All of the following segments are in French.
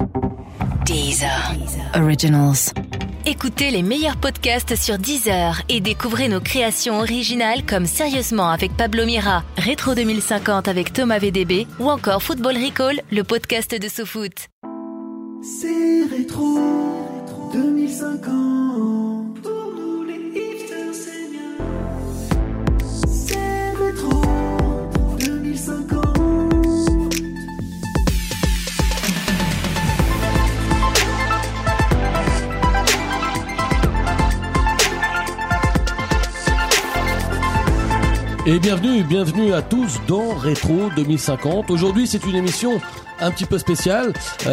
Deezer Originals. Écoutez les meilleurs podcasts sur Deezer et découvrez nos créations originales comme Sérieusement avec Pablo Mira, Rétro 2050 avec Thomas VDB ou encore Football Recall, le podcast de SoFoot. C'est Rétro 2050. Pour nous les hipsters, c'est bien. C'est Rétro 2050. Et bienvenue à tous dans Rétro 2050. Aujourd'hui, c'est une émission un petit peu spéciale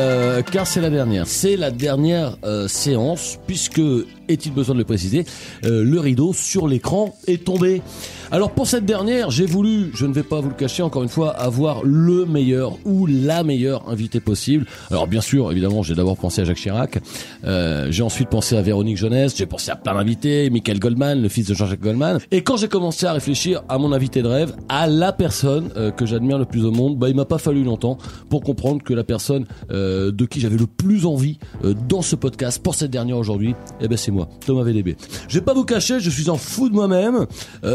car c'est la dernière. C'est la dernière séance puisque, est-il besoin de le préciser, le rideau sur l'écran est tombé. Alors pour cette dernière, j'ai voulu, je ne vais pas vous le cacher encore une fois, avoir le meilleur ou la meilleure invitée possible. Alors bien sûr, évidemment, j'ai d'abord pensé à Jacques Chirac, j'ai ensuite pensé à Véronique Jeunesse, j'ai pensé à plein d'invités, Michael Goldman, le fils de Jean-Jacques Goldman. Et quand j'ai commencé à réfléchir à mon invité de rêve, à la personne que j'admire le plus au monde, il m'a pas fallu longtemps pour comprendre que la personne de qui j'avais le plus envie dans ce podcast pour cette dernière aujourd'hui, c'est moi, Thomas VDB. Je vais pas vous cacher, je suis un fou de moi-même.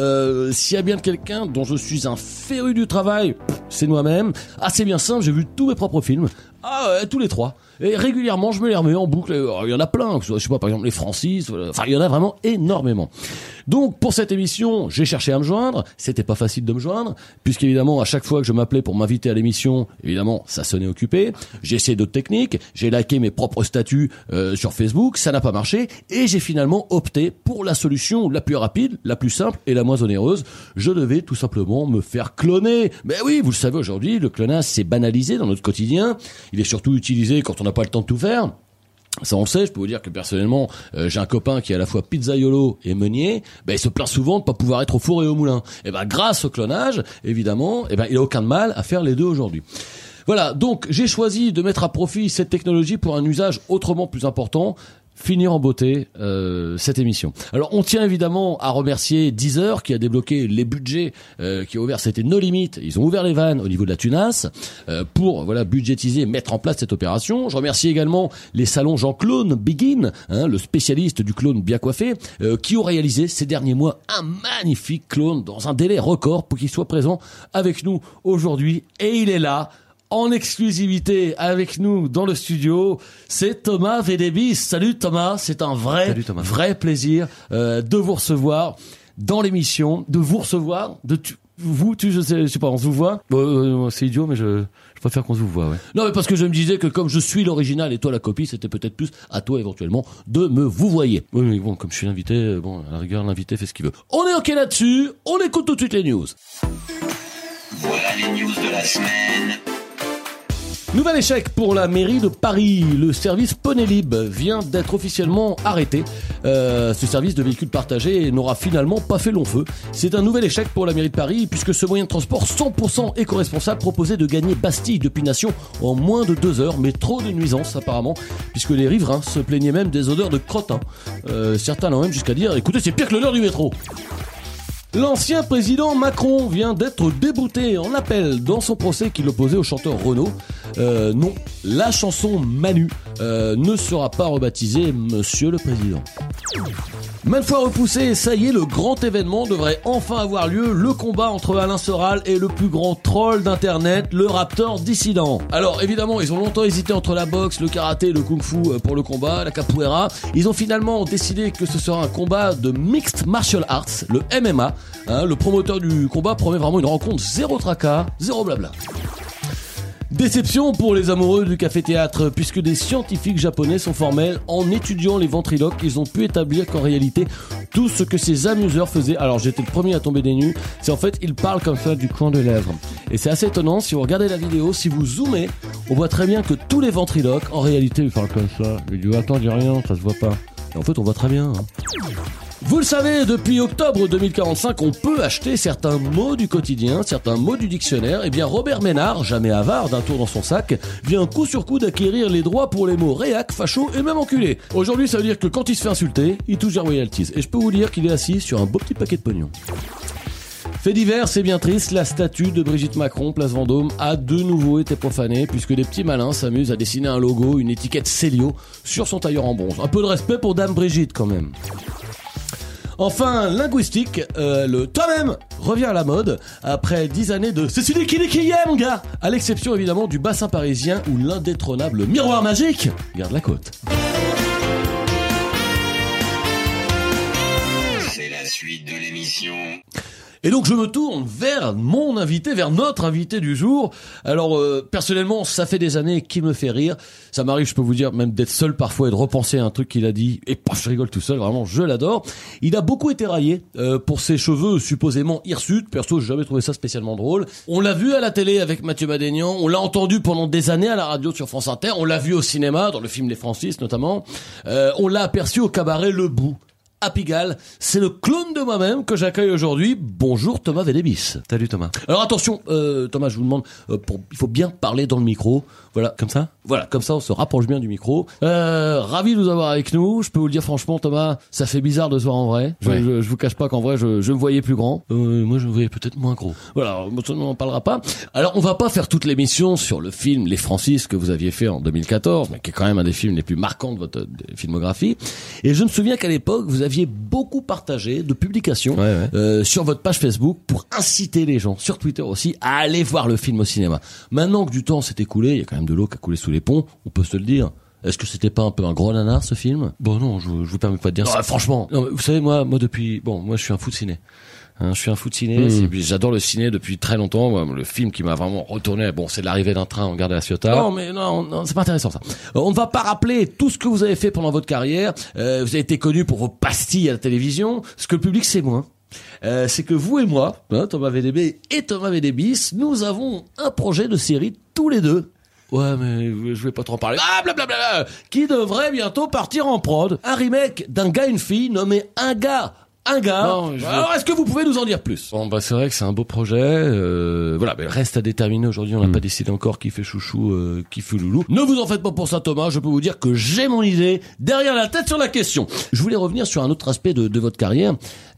S'il y a bien quelqu'un dont je suis un féru du travail, c'est moi-même. C'est bien simple, j'ai vu tous mes propres films. Tous les trois. Et régulièrement, je me les remets en boucle. Il y en a plein. Je sais pas, par exemple, les Francis. Il y en a vraiment énormément. Donc, pour cette émission, j'ai cherché à me joindre. C'était pas facile de me joindre, puisqu'évidemment, à chaque fois que je m'appelais pour m'inviter à l'émission, évidemment, ça sonnait occupé. J'ai essayé d'autres techniques. J'ai liké mes propres statuts sur Facebook. Ça n'a pas marché. Et j'ai finalement opté pour la solution la plus rapide, la plus simple et la moins onéreuse. Je devais tout simplement me faire cloner. Mais oui, vous le savez aujourd'hui, le clonage s'est banalisé dans notre quotidien. Il est surtout utilisé quand on n'a pas le temps de tout faire. Ça on le sait, je peux vous dire que personnellement, j'ai un copain qui est à la fois pizzaiolo et meunier, il se plaint souvent de pas pouvoir être au four et au moulin. Grâce au clonage, évidemment, il a aucun mal à faire les deux aujourd'hui. Voilà, donc j'ai choisi de mettre à profit cette technologie pour un usage autrement plus important. Finir en beauté cette émission. Alors on tient évidemment à remercier Deezer qui a débloqué les budgets, qui a ouvert, c'était No Limit, ils ont ouvert les vannes au niveau de la tunasse pour budgétiser et mettre en place cette opération. Je remercie également les salons Jean-Claude Begin, le spécialiste du clone bien coiffé, qui ont réalisé ces derniers mois un magnifique clone dans un délai record pour qu'il soit présent avec nous aujourd'hui. Et il est là en exclusivité avec nous dans le studio, c'est Thomas VDB. Salut Thomas, c'est un vrai plaisir de vous recevoir dans l'émission, de vous recevoir, je sais pas, on se vous voit. C'est idiot, mais je préfère qu'on se vous voit, ouais. Non, mais parce que je me disais que comme je suis l'original et toi la copie, c'était peut-être plus à toi éventuellement de me vous voyer. Oui, mais bon, comme je suis l'invité, à la rigueur, l'invité fait ce qu'il veut. On est ok là-dessus, on écoute tout de suite les news. Voilà les news de la semaine. Nouvel échec pour la mairie de Paris. Le service Ponélib vient d'être officiellement arrêté. Ce service de véhicules partagés n'aura finalement pas fait long feu. C'est un nouvel échec pour la mairie de Paris puisque ce moyen de transport 100% éco-responsable proposait de gagner Bastille depuis Nation en moins de 2 heures. Mais trop de nuisances apparemment puisque les riverains se plaignaient même des odeurs de crottin. Certains l'ont même jusqu'à dire « Écoutez, c'est pire que l'odeur du métro ». L'ancien président Macron vient d'être débouté en appel dans son procès qu'il opposait au chanteur Renaud. Non, la chanson Manu ne sera pas rebaptisée Monsieur le Président. Maintes fois repoussé, ça y est, le grand événement devrait enfin avoir lieu, le combat entre Alain Soral et le plus grand troll d'internet, le Raptor dissident. Alors évidemment, ils ont longtemps hésité entre la boxe, le karaté, le kung-fu pour le combat, la capoeira. Ils ont finalement décidé que ce sera un combat de Mixed Martial Arts, le MMA. Le promoteur du combat promet vraiment une rencontre zéro tracas, zéro blabla. Déception pour les amoureux du café-théâtre, puisque des scientifiques japonais sont formels en étudiant les ventriloques, ils ont pu établir qu'en réalité, tout ce que ces amuseurs faisaient, alors j'étais le premier à tomber des nues, c'est en fait, ils parlent comme ça du coin de lèvres. Et c'est assez étonnant, si vous regardez la vidéo, si vous zoomez, on voit très bien que tous les ventriloques, en réalité, ils parlent comme ça. Ils disent, attends, dis rien, ça se voit pas. Et en fait, on voit très bien. Vous le savez, depuis octobre 2045, on peut acheter certains mots du quotidien, certains mots du dictionnaire. Eh bien, Robert Ménard, jamais avare d'un tour dans son sac, vient coup sur coup d'acquérir les droits pour les mots réac, facho et même enculé. Aujourd'hui, ça veut dire que quand il se fait insulter, il touche les royalties. Et je peux vous dire qu'il est assis sur un beau petit paquet de pognon. Fait divers, c'est bien triste, la statue de Brigitte Macron, place Vendôme, a de nouveau été profanée puisque des petits malins s'amusent à dessiner un logo, une étiquette Célio sur son tailleur en bronze. Un peu de respect pour Dame Brigitte quand même. Enfin, linguistique, le toi-même revient à la mode après 10 années de c'est celui qui y est, mon gars. À l'exception évidemment du bassin parisien où l'indétrônable miroir magique garde la côte. C'est la suite de l'émission. Et donc je me tourne vers mon invité, vers notre invité du jour. Alors personnellement, ça fait des années qu'il me fait rire. Ça m'arrive, je peux vous dire, même d'être seul parfois et de repenser à un truc qu'il a dit. Et paf, je rigole tout seul, vraiment, je l'adore. Il a beaucoup été raillé pour ses cheveux supposément hirsutes. Perso, j'ai jamais trouvé ça spécialement drôle. On l'a vu à la télé avec Mathieu Madénian. On l'a entendu pendant des années à la radio sur France Inter. On l'a vu au cinéma, dans le film Les Francis notamment. On l'a aperçu au cabaret Le Bout à Pigalle. C'est le clone de moi-même que j'accueille aujourd'hui. Bonjour Thomas Védébis. Salut Thomas. Alors attention, Thomas, je vous demande, il faut bien parler dans le micro. Voilà, Comme ça ? voilà, comme ça on se rapproche bien du micro. Ravi de vous avoir avec nous. Je peux vous le dire franchement, Thomas, ça fait bizarre de se voir en vrai. Ouais. Je vous cache pas qu'en vrai, je me voyais plus grand. Moi je me voyais peut-être moins gros. Voilà, on n'en parlera pas. Alors, on va pas faire toute l'émission sur le film Les Francis que vous aviez fait en 2014, mais qui est quand même un des films les plus marquants de votre filmographie. Et je me souviens qu'à l'époque, vous aviez beaucoup partagé de publications sur votre page Facebook pour inciter les gens, sur Twitter aussi, à aller voir le film au cinéma. Maintenant que du temps s'est écoulé, il y a quand même de l'eau qui a coulé sous les ponts, on peut se le dire. Est-ce que c'était pas un peu un gros nanar ce film ? Bon non, je vous permets pas de dire Non, ça. franchement. Non, mais vous savez moi depuis moi je suis un fou de ciné. Hein, je suis un fou de ciné, j'adore le ciné depuis très longtemps. Moi, le film qui m'a vraiment retourné, c'est l'arrivée d'un train en gare de la Ciotat. Non, mais non, c'est pas intéressant ça. On ne va pas rappeler tout ce que vous avez fait pendant votre carrière. Vous avez été connu pour vos pastilles à la télévision. Ce que le public sait moins, c'est que vous et moi, Thomas VDB et Thomas Védébis, nous avons un projet de série tous les deux. Ouais, mais je vais pas trop en parler. Ah, blablabla, qui devrait bientôt partir en prod. Un remake d'un gars et une fille nommé Un gars. Non, alors, est-ce que vous pouvez nous en dire plus ? Bon c'est vrai que c'est un beau projet. Voilà, mais reste à déterminer aujourd'hui. On n'a pas décidé encore qui fait chouchou, qui fait loulou. Ne vous en faites pas pour ça, Thomas. Je peux vous dire que j'ai mon idée derrière la tête sur la question. Je voulais revenir sur un autre aspect de votre carrière,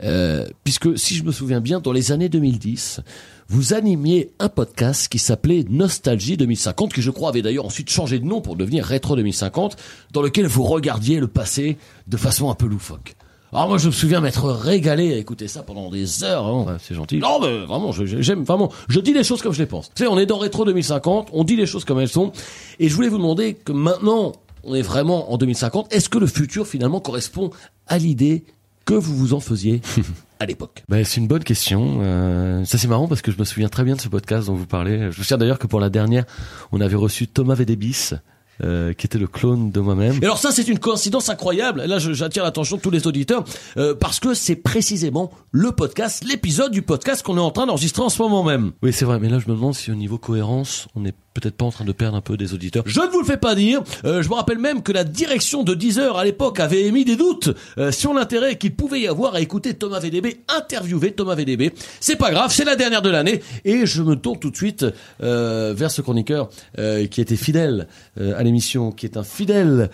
puisque si je me souviens bien, dans les années 2010, vous animiez un podcast qui s'appelait Nostalgie 2050, qui je crois avait d'ailleurs ensuite changé de nom pour devenir Rétro 2050, dans lequel vous regardiez le passé de façon un peu loufoque. Alors moi je me souviens m'être régalé à écouter ça pendant des heures. Hein. Ouais, c'est gentil. Non mais vraiment, j'aime vraiment. Je dis les choses comme je les pense. Tu sais, on est dans Rétro 2050, on dit les choses comme elles sont. Et je voulais vous demander que maintenant, on est vraiment en 2050. Est-ce que le futur finalement correspond à l'idée que vous vous en faisiez à l'époque ? C'est une bonne question. Ça c'est marrant parce que je me souviens très bien de ce podcast dont vous parlez. Je me souviens d'ailleurs que pour la dernière, on avait reçu Thomas Védébis. Qui était le clone de moi-même. Et alors ça, c'est une coïncidence incroyable. Là, j'attire l'attention de tous les auditeurs parce que c'est précisément le podcast, l'épisode du podcast qu'on est en train d'enregistrer en ce moment même. Oui, c'est vrai. Mais là, je me demande si au niveau cohérence, on n'est peut-être pas en train de perdre un peu des auditeurs. Je ne vous le fais pas dire. Je me rappelle même que la direction de Deezer à l'époque avait émis des doutes sur l'intérêt qu'il pouvait y avoir à écouter Thomas VDB, interviewer Thomas VDB. C'est pas grave, c'est la dernière de l'année et je me tourne tout de suite vers ce chroniqueur qui était fidèle à l'émission, qui est un fidèle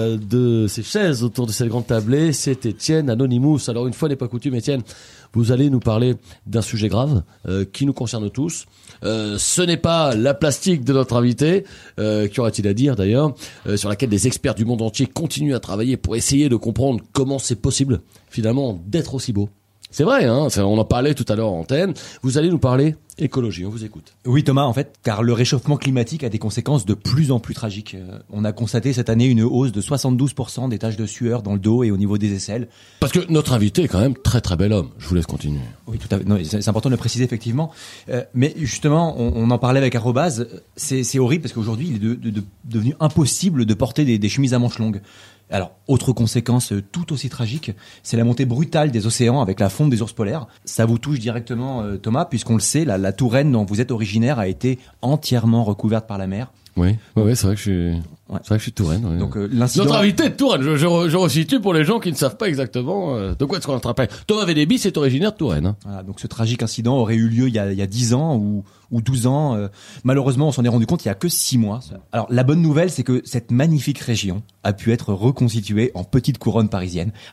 de ces chaises autour de cette grande tablée. C'est Étienne Anonymous. Alors une fois n'est pas coutume, Étienne, vous allez nous parler d'un sujet grave qui nous concerne tous. Ce n'est pas la plastique de notre invité, qu'aurait-il à dire d'ailleurs, sur laquelle des experts du monde entier continuent à travailler pour essayer de comprendre comment c'est possible finalement d'être aussi beau. C'est vrai, hein, on en parlait tout à l'heure en antenne. Vous allez nous parler écologie, on vous écoute. Oui Thomas, en fait, car le réchauffement climatique a des conséquences de plus en plus tragiques. On a constaté cette année une hausse de 72% des taches de sueur dans le dos et au niveau des aisselles. Parce que notre invité est quand même très très bel homme. Je vous laisse continuer. Oui, tout à fait. Non, c'est important de le préciser effectivement. Mais justement, on en parlait avec Arrobase. C'est horrible parce qu'aujourd'hui, il est devenu impossible de porter des chemises à manches longues. Alors, autre conséquence tout aussi tragique, c'est la montée brutale des océans avec la fonte des ours polaires. Ça vous touche directement, Thomas, puisqu'on le sait, la Touraine dont vous êtes originaire a été entièrement recouverte par la mer. Oui, c'est vrai que je suis Touraine. Ouais. Donc l'incident. Notre invité de Touraine, je resitue pour les gens qui ne savent pas exactement de quoi est-ce qu'on attrape. Thomas Védébis est originaire de Touraine. Hein. Voilà, donc ce tragique incident aurait eu lieu il y a 10 ans ou 12 ans. Malheureusement, on s'en est rendu compte il y a que 6 mois. Alors la bonne nouvelle, c'est que cette magnifique région a pu être reconstituée en petite couronne parisienne. Alors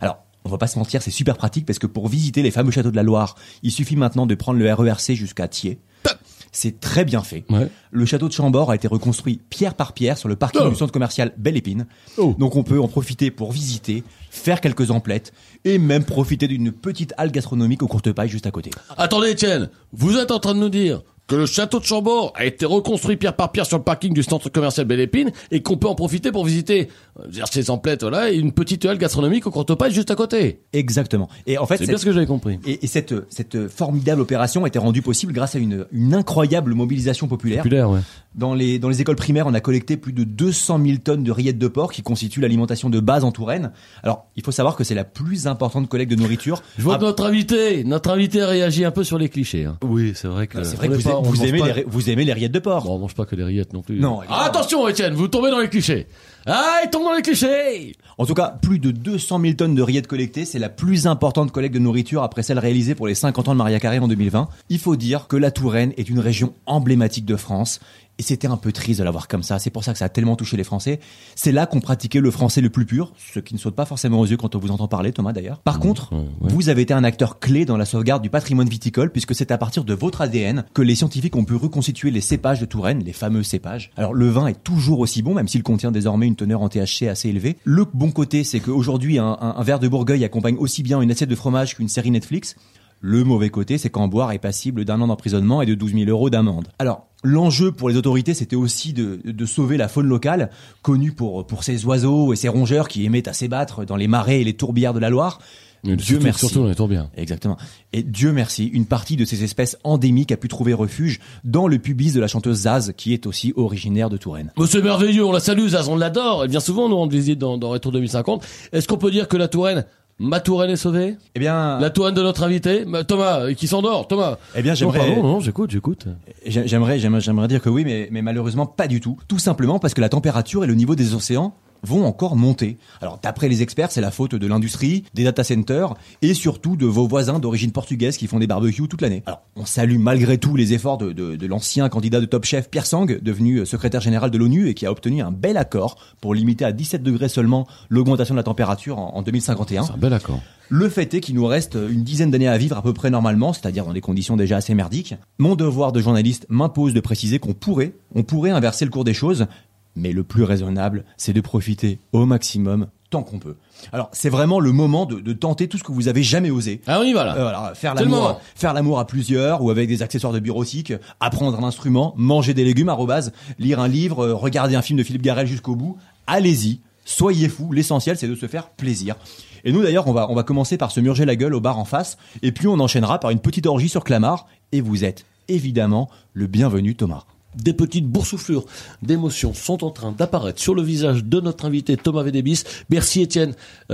on va pas se mentir, c'est super pratique parce que pour visiter les fameux châteaux de la Loire, il suffit maintenant de prendre le RERC jusqu'à Thiers. C'est très bien fait. Ouais. Le château de Chambord a été reconstruit pierre par pierre sur le parking du centre commercial Belle Épine. Donc on peut en profiter pour visiter, faire quelques emplettes et même profiter d'une petite halle gastronomique aux courtes pailles juste à côté. Attendez, Étienne, vous êtes en train de nous dire que le château de Chambord a été reconstruit pierre par pierre sur le parking du centre commercial Belle Épine et qu'on peut en profiter pour visiter ces emplettes, voilà, et une petite halle gastronomique au courtes pailles juste à côté. Exactement. Et en fait, C'est bien ce que j'avais compris. Et cette formidable opération a été rendue possible grâce à une incroyable mobilisation populaire. Ouais. Dans les écoles primaires, on a collecté plus de 200 000 tonnes de rillettes de porc qui constituent l'alimentation de base en Touraine. Alors, il faut savoir que c'est la plus importante collecte de nourriture. Je vois que notre invité a réagi un peu sur les clichés. Hein. Oui, c'est vrai que... C'est vrai que vous aimez les rillettes de porc. Bon, on mange pas que les rillettes non plus. Non. Ah, attention, Étienne, vous tombez dans les clichés. Ah, il tombe dans les clichés. En tout cas, plus de 200 000 tonnes de rillettes collectées, c'est la plus importante collecte de nourriture après celle réalisée pour les 50 ans de Maria Carré en 2020. Il faut dire que la Touraine est une région emblématique de France. Et c'était un peu triste de l'avoir comme ça. C'est pour ça que ça a tellement touché les Français. C'est là qu'on pratiquait le français le plus pur, ce qui ne saute pas forcément aux yeux quand on vous entend parler, Thomas d'ailleurs. Par contre, vous avez été un acteur clé dans la sauvegarde du patrimoine viticole, puisque c'est à partir de votre ADN que les scientifiques ont pu reconstituer les cépages de Touraine, les fameux cépages. Alors le vin est toujours aussi bon, même s'il contient désormais une teneur en THC assez élevée. Le bon côté, c'est qu'aujourd'hui, un verre de Bourgueil accompagne aussi bien une assiette de fromage qu'une série Netflix. Le mauvais côté, c'est qu'en boire est passible d'1 an d'emprisonnement et de 12 000 € d'amende. Alors, l'enjeu pour les autorités, c'était aussi de sauver la faune locale, connue pour ses oiseaux et ses rongeurs qui aimaient à s'ébattre dans les marais et les tourbières de la Loire. Dieu merci. Surtout dans les tourbières. Exactement. Et Dieu merci, une partie de ces espèces endémiques a pu trouver refuge dans le pubis de la chanteuse Zaz, qui est aussi originaire de Touraine. Oh, c'est merveilleux, on la salue, Zaz, on l'adore. Elle vient souvent nous rendre visite dans Rétro 2050. Est-ce qu'on peut dire que la Touraine, ma Touraine est sauvée? Eh bien... La Touraine de notre invité, Thomas, qui s'endort, Thomas. Eh bien, j'aimerais... Non, j'écoute. J'aimerais dire que oui, mais malheureusement pas du tout. Tout simplement parce que la température et le niveau des océans vont encore monter. Alors, d'après les experts, c'est la faute de l'industrie, des data centers et surtout de vos voisins d'origine portugaise qui font des barbecues toute l'année. Alors, on salue malgré tout les efforts de l'ancien candidat de Top Chef Pierre Sang, devenu secrétaire général de l'ONU et qui a obtenu un bel accord pour limiter à 17 degrés seulement l'augmentation de la température en 2051. C'est un bel accord. Le fait est qu'il nous reste une dizaine d'années à vivre à peu près normalement, c'est-à-dire dans des conditions déjà assez merdiques. Mon devoir de journaliste m'impose de préciser qu'on pourrait inverser le cours des choses, mais le plus raisonnable, c'est de profiter au maximum tant qu'on peut. Alors, c'est vraiment le moment de tenter tout ce que vous avez jamais osé. Ah, on y va là. Faire l'amour à plusieurs ou avec des accessoires de bureautique, apprendre un instrument, manger des légumes lire un livre, regarder un film de Philippe Garrel jusqu'au bout. Allez-y, soyez fous. L'essentiel, c'est de se faire plaisir. Et nous d'ailleurs, on va commencer par se murger la gueule au bar en face, et puis on enchaînera par une petite orgie sur Clamart. Et vous êtes évidemment le bienvenu, Thomas. Des petites boursouflures d'émotions sont en train d'apparaître sur le visage de notre invité Thomas Védébis. Merci Étienne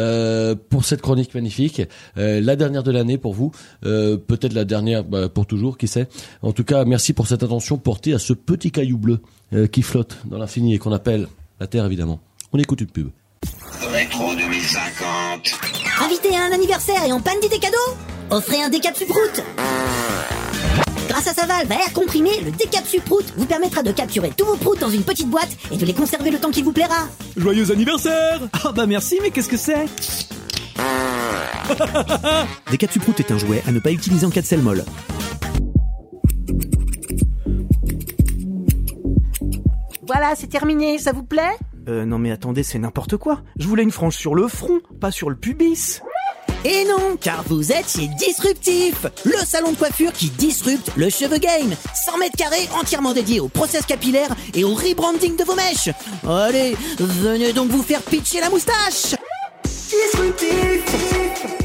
pour cette chronique magnifique. La dernière de l'année pour vous, peut-être la dernière pour toujours, qui sait. En tout cas, merci pour cette attention portée à ce petit caillou bleu qui flotte dans l'infini et qu'on appelle la Terre évidemment. On écoute une pub. Rétro 2050. Invité à un anniversaire et en panne d'idées cadeaux? Offrez un décap Suprout. Grâce à sa valve à air comprimé, le décap Suprout vous permettra de capturer tous vos proutes dans une petite boîte et de les conserver le temps qu'il vous plaira. Joyeux anniversaire! Ah bah merci, mais qu'est-ce que c'est? Décap Suprout est un jouet à ne pas utiliser en cas de sel molle. Voilà, c'est terminé, ça vous plaît? Non mais attendez, c'est n'importe quoi. Je voulais une frange sur le front, pas sur le pubis. Et non, car vous êtes chez Disruptif, le salon de coiffure qui disrupte le cheveu game. 100 mètres carrés entièrement dédiés au process capillaire et au rebranding de vos mèches. Allez, venez donc vous faire pitcher la moustache. Disruptif.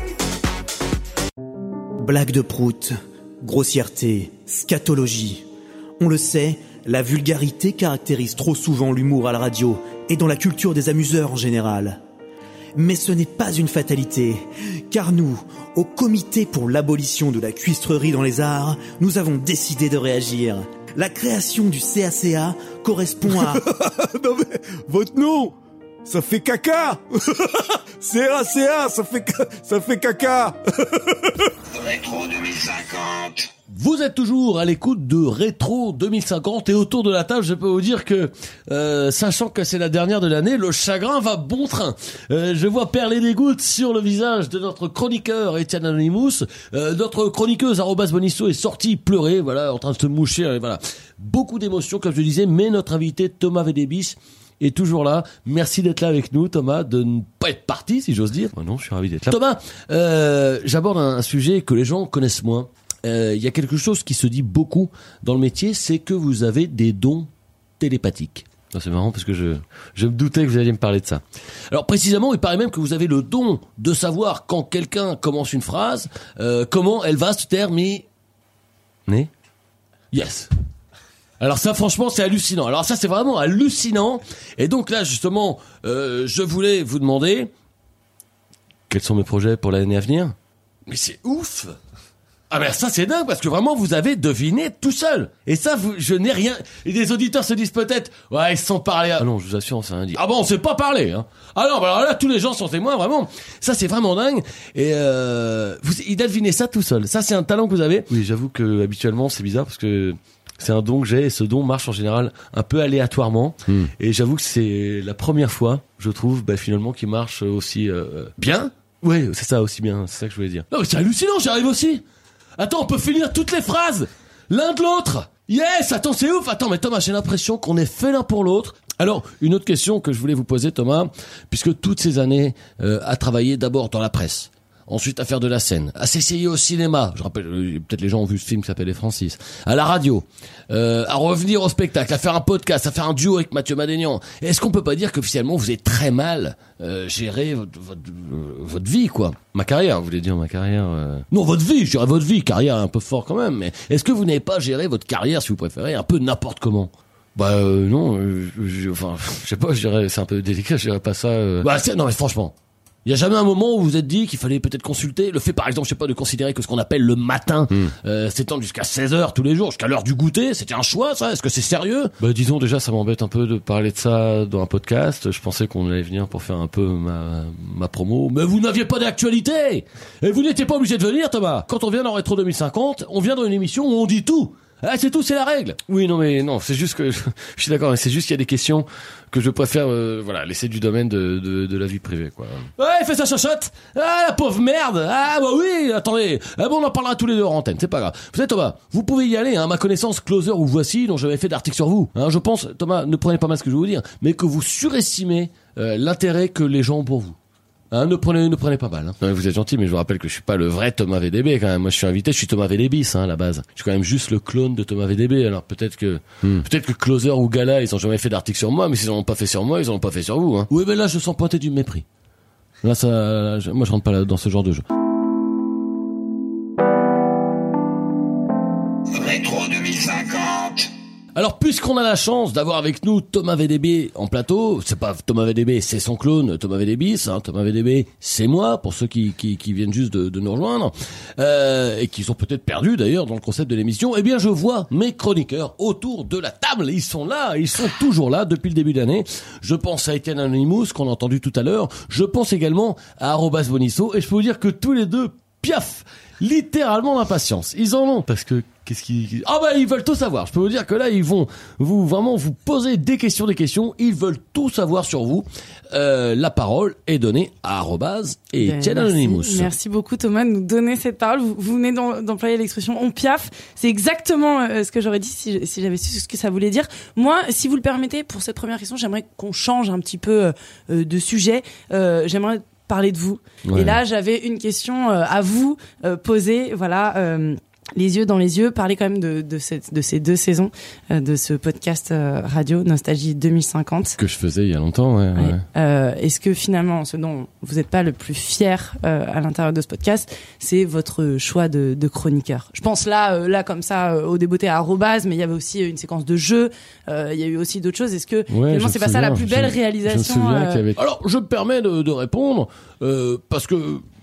Blague de prout, grossièreté, scatologie. On le sait, la vulgarité caractérise trop souvent l'humour à la radio et dans la culture des amuseurs en général. Mais ce n'est pas une fatalité, car nous, au Comité pour l'abolition de la cuistrerie dans les arts, nous avons décidé de réagir. La création du CACA correspond à... Non mais, votre nom! ça fait caca. CA, ça fait caca. Rétro 2050. Vous êtes toujours à l'écoute de Rétro 2050 et autour de la table, je peux vous dire que, sachant que c'est la dernière de l'année, le chagrin va bon train. Je vois perler des gouttes sur le visage de notre chroniqueur Étienne Anonymous. Notre chroniqueuse @Bonisso est sortie pleurer, voilà, en train de se moucher, voilà. Beaucoup d'émotions, comme je disais, mais notre invité Thomas Vedebis est toujours là. Merci d'être là avec nous, Thomas, de ne pas être parti, si j'ose dire. Oh non, je suis ravi d'être là. Thomas, j'aborde un sujet que les gens connaissent moins. Il y a quelque chose qui se dit beaucoup dans le métier, c'est que vous avez des dons télépathiques. Non, c'est marrant parce que je me doutais que vous alliez me parler de ça. Alors précisément, il paraît même que vous avez le don de savoir quand quelqu'un commence une phrase, comment elle va se terminer. Yes. Alors ça, franchement, c'est hallucinant. Alors ça, c'est vraiment hallucinant. Et donc là, justement, je voulais vous demander... Quels sont mes projets pour l'année à venir? Mais c'est ouf! Ah ben ça c'est dingue parce que vraiment vous avez deviné tout seul. Et ça je n'ai rien. Et des auditeurs se disent peut-être ouais ils se sont parlé. Ah non je vous assure on s'est rien dit. Ah bon on s'est pas parlé hein. Ah non bah alors là tous les gens sont témoins vraiment. Ça c'est vraiment dingue. Et il a deviné ça tout seul. Ça c'est un talent que vous avez. Oui j'avoue que habituellement c'est bizarre parce que c'est un don que j'ai et ce don marche en général un peu aléatoirement. Et j'avoue que c'est la première fois je trouve finalement qu'il marche aussi bien. Oui c'est ça aussi bien. C'est ça que je voulais dire. Non mais c'est hallucinant j'arrive aussi. Attends, on peut finir toutes les phrases l'un de l'autre. Yes, attends, c'est ouf. Attends, mais Thomas, j'ai l'impression qu'on est fait l'un pour l'autre. Alors, une autre question que je voulais vous poser, Thomas, puisque toutes ces années à travailler d'abord dans la presse, ensuite à faire de la scène, à s'essayer au cinéma, je rappelle, peut-être les gens ont vu ce film qui s'appelle Les Francis, à la radio, à revenir au spectacle, à faire un podcast, à faire un duo avec Mathieu Madénian. Est-ce qu'on peut pas dire qu'officiellement vous avez très mal géré votre vie, quoi? Ma carrière, vous voulez dire ma carrière Non, votre vie, je dirais votre vie, carrière un peu fort quand même, mais est-ce que vous n'avez pas géré votre carrière, si vous préférez, un peu n'importe comment? Non, enfin, je sais pas, je dirais, c'est un peu délicat, je dirais pas ça. Non mais franchement. Il y a jamais un moment où vous vous êtes dit qu'il fallait peut-être consulter le fait par exemple je sais pas de considérer que ce qu'on appelle le matin s'étend jusqu'à 16h tous les jours jusqu'à l'heure du goûter, c'était un choix ça? Est-ce que c'est sérieux? Disons déjà ça m'embête un peu de parler de ça dans un podcast. Je pensais qu'on allait venir pour faire un peu ma promo. Mais vous n'aviez pas d'actualité. Et vous n'étiez pas obligé de venir Thomas. Quand on vient dans Rétro 2050, on vient dans une émission où on dit tout. Ah, c'est tout, c'est la règle. Oui, non, c'est juste que je suis d'accord, mais c'est juste qu'il y a des questions que je préfère, laisser du domaine de la vie privée, quoi. Ouais, fais ça chochotte. Ah, la pauvre merde. Ah, bah oui, attendez. Ah bon, on en parlera tous les deux en antenne, c'est pas grave. Vous savez, Thomas, vous pouvez y aller, hein, ma connaissance closer ou voici, dont j'avais fait d'articles sur vous. Hein, je pense, Thomas, ne prenez pas mal ce que je vais vous dire, mais que vous surestimez, l'intérêt que les gens ont pour vous. Hein, ne prenez pas mal. Hein. Non, vous êtes gentil, mais je vous rappelle que je suis pas le vrai Thomas VDB quand même. Moi, je suis invité, je suis Thomas Vedebis à la base. Je suis quand même juste le clone de Thomas VDB. Alors peut-être que Closer ou Gala, ils ont jamais fait d'article sur moi, mais s'ils en ont pas fait sur moi, ils en ont pas fait sur vous. Hein. Oui, mais là, je sens pointer du mépris. Là, moi, je rentre pas dans ce genre de jeu. Rétro 2050. Alors, puisqu'on a la chance d'avoir avec nous Thomas Vedebis en plateau, c'est pas Thomas Vedebis, c'est son clone Thomas Vedebis, hein, Thomas Vedebis, c'est moi, pour ceux qui viennent juste de nous rejoindre, et qui sont peut-être perdus d'ailleurs dans le concept de l'émission, eh bien je vois mes chroniqueurs autour de la table, ils sont là, ils sont toujours là depuis le début d'année. Je pense à Étienne Anonymous, qu'on a entendu tout à l'heure, je pense également à @Bonisso, et je peux vous dire que tous les deux, piaf, littéralement d'impatience. Ils en ont, parce que ils veulent tout savoir. Je peux vous dire que là, ils vont vous poser des questions, ils veulent tout savoir sur vous. La parole est donnée à @Étienne Anonymous. Merci beaucoup Thomas de nous donner cette parole. Vous venez d'employer l'expression on piaffe. C'est exactement ce que j'aurais dit si j'avais su ce que ça voulait dire. Moi, si vous le permettez, pour cette première question, j'aimerais qu'on change un petit peu de sujet. J'aimerais parler de vous. Ouais. Et là, j'avais une question à vous poser. Voilà. Les yeux dans les yeux, parler quand même de ces 2 saisons de ce podcast radio Nostalgie 2050 que je faisais il y a longtemps. Ouais. Est-ce que finalement, ce dont vous n'êtes pas le plus fier à l'intérieur de ce podcast, c'est votre choix de chroniqueur? Je pense là comme ça au débeauté à @, mais il y avait aussi une séquence de jeu. Il y a eu aussi d'autres choses. Est-ce que finalement c'est pas ça la plus belle réalisation? Alors je me permets de répondre parce que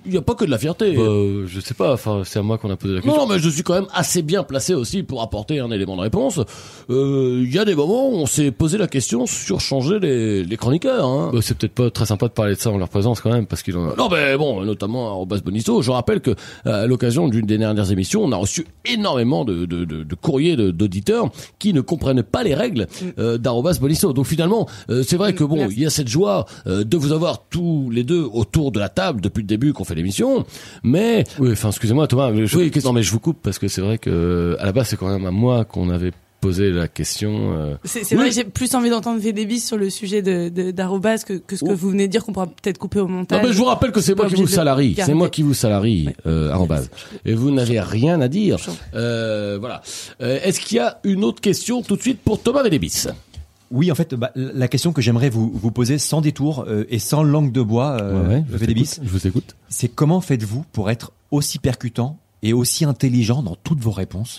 il y a pas que de la fierté. Je sais pas, enfin, c'est à moi qu'on a posé la question. Non, mais je suis quand même assez bien placé aussi pour apporter un élément de réponse. Il y a des moments où on s'est posé la question sur changer les chroniqueurs. Hein. C'est peut-être pas très sympa de parler de ça en leur présence quand même, parce qu'ils ont... Non, mais bon, notamment à Robas Bonisso. Je rappelle que à l'occasion d'une des dernières émissions, on a reçu énormément de courriers d'auditeurs qui ne comprenaient pas les règles d'Arobas Bonisso. Donc finalement, c'est vrai que bon, il y a cette joie de vous avoir tous les deux autour de la table depuis le début qu'on fait l'émission, mais oui, enfin excusez-moi Thomas, mais non mais je vous coupe parce que c'est vrai que à la base c'est quand même à moi qu'on avait posé la question. C'est vrai que j'ai plus envie d'entendre VDB sur le sujet d'Arobase que ce que vous venez de dire qu'on pourra peut-être couper au montage. Non mais je vous rappelle que c'est moi qui vous salarie, c'est moi qui vous salarie Arobase, et vous n'avez rien à dire. Voilà. Est-ce qu'il y a une autre question tout de suite pour Thomas Védébis? Oui, en fait, la question que j'aimerais vous poser sans détour et sans langue de bois, Védébis, je vous écoute. C'est comment faites-vous pour être aussi percutant et aussi intelligent dans toutes vos réponses?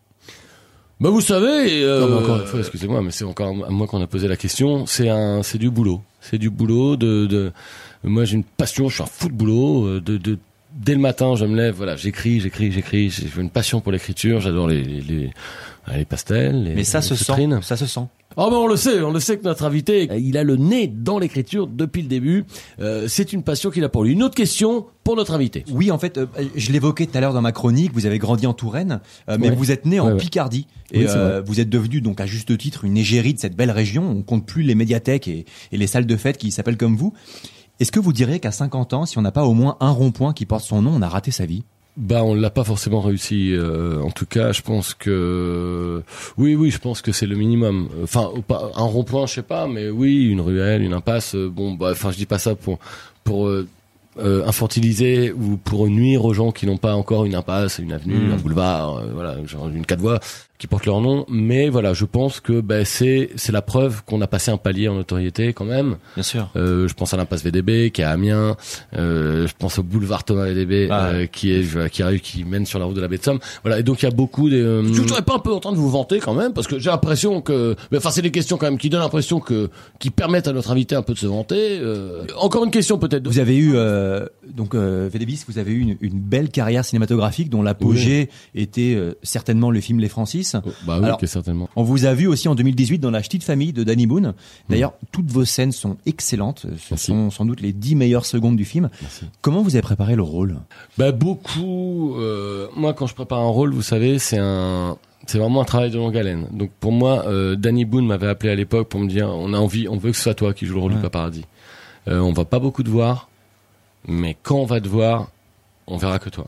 Bah vous savez, non, mais encore une fois, excusez-moi, mais c'est encore à moi qu'on a posé la question. C'est du boulot. C'est du boulot de. Moi, j'ai une passion. Je suis un fou de boulot. Dès le matin, je me lève. Voilà, j'écris. J'ai une passion pour l'écriture. J'adore les pastels. Mais ça se sent. Ça se sent. Oh ben on le sait que notre invité, il a le nez dans l'écriture depuis le début. C'est une passion qu'il a pour lui. Une autre question pour notre invité. Oui, en fait, je l'évoquais tout à l'heure dans ma chronique. Vous avez grandi en Touraine, mais vous êtes né en Picardie et vous êtes devenu donc à juste titre une égérie de cette belle région. On compte plus les médiathèques et les salles de fête qui s'appellent comme vous. Est-ce que vous diriez qu'à 50 ans, si on n'a pas au moins un rond-point qui porte son nom, on a raté sa vie? Bah, on l'a pas forcément réussi. En tout cas, je pense que oui, je pense que c'est le minimum. Enfin, un rond-point, je sais pas, mais oui, une ruelle, une impasse. Bon, bah, enfin, je dis pas ça pour infantiliser ou pour nuire aux gens qui n'ont pas encore une impasse, une avenue, un boulevard, voilà, genre une 4 voies qui portent leur nom. Mais voilà, je pense que c'est la preuve qu'on a passé un palier en notoriété quand même. Bien sûr. Je pense à l'impasse VDB qui est à Amiens. Je pense au boulevard Thomas VDB qui mène sur la route de la baie de Somme. Voilà, et donc il y a beaucoup des. Je voudrais pas un peu en train de vous vanter quand même, parce que j'ai l'impression que, enfin c'est des questions quand même qui donnent l'impression qui permettent à notre invité un peu de se vanter. Encore une question peut-être. Vous avez eu Védébis, vous avez eu une belle carrière cinématographique dont l'apogée était certainement le film Les Francis. Bah oui, alors, certainement. On vous a vu aussi en 2018 dans La Petite Famille de Danny Boone. D'ailleurs, toutes vos scènes sont excellentes. Ce sont sans doute les 10 meilleures secondes du film. Merci. Comment vous avez préparé le rôle? Bah beaucoup. Moi, quand je prépare un rôle, vous savez, c'est vraiment un travail de longue haleine. Donc pour moi, Danny Boone m'avait appelé à l'époque pour me dire on veut que ce soit toi qui joue le rôle du Paparazzi. On va pas beaucoup te voir, mais quand on va te voir, on verra que toi.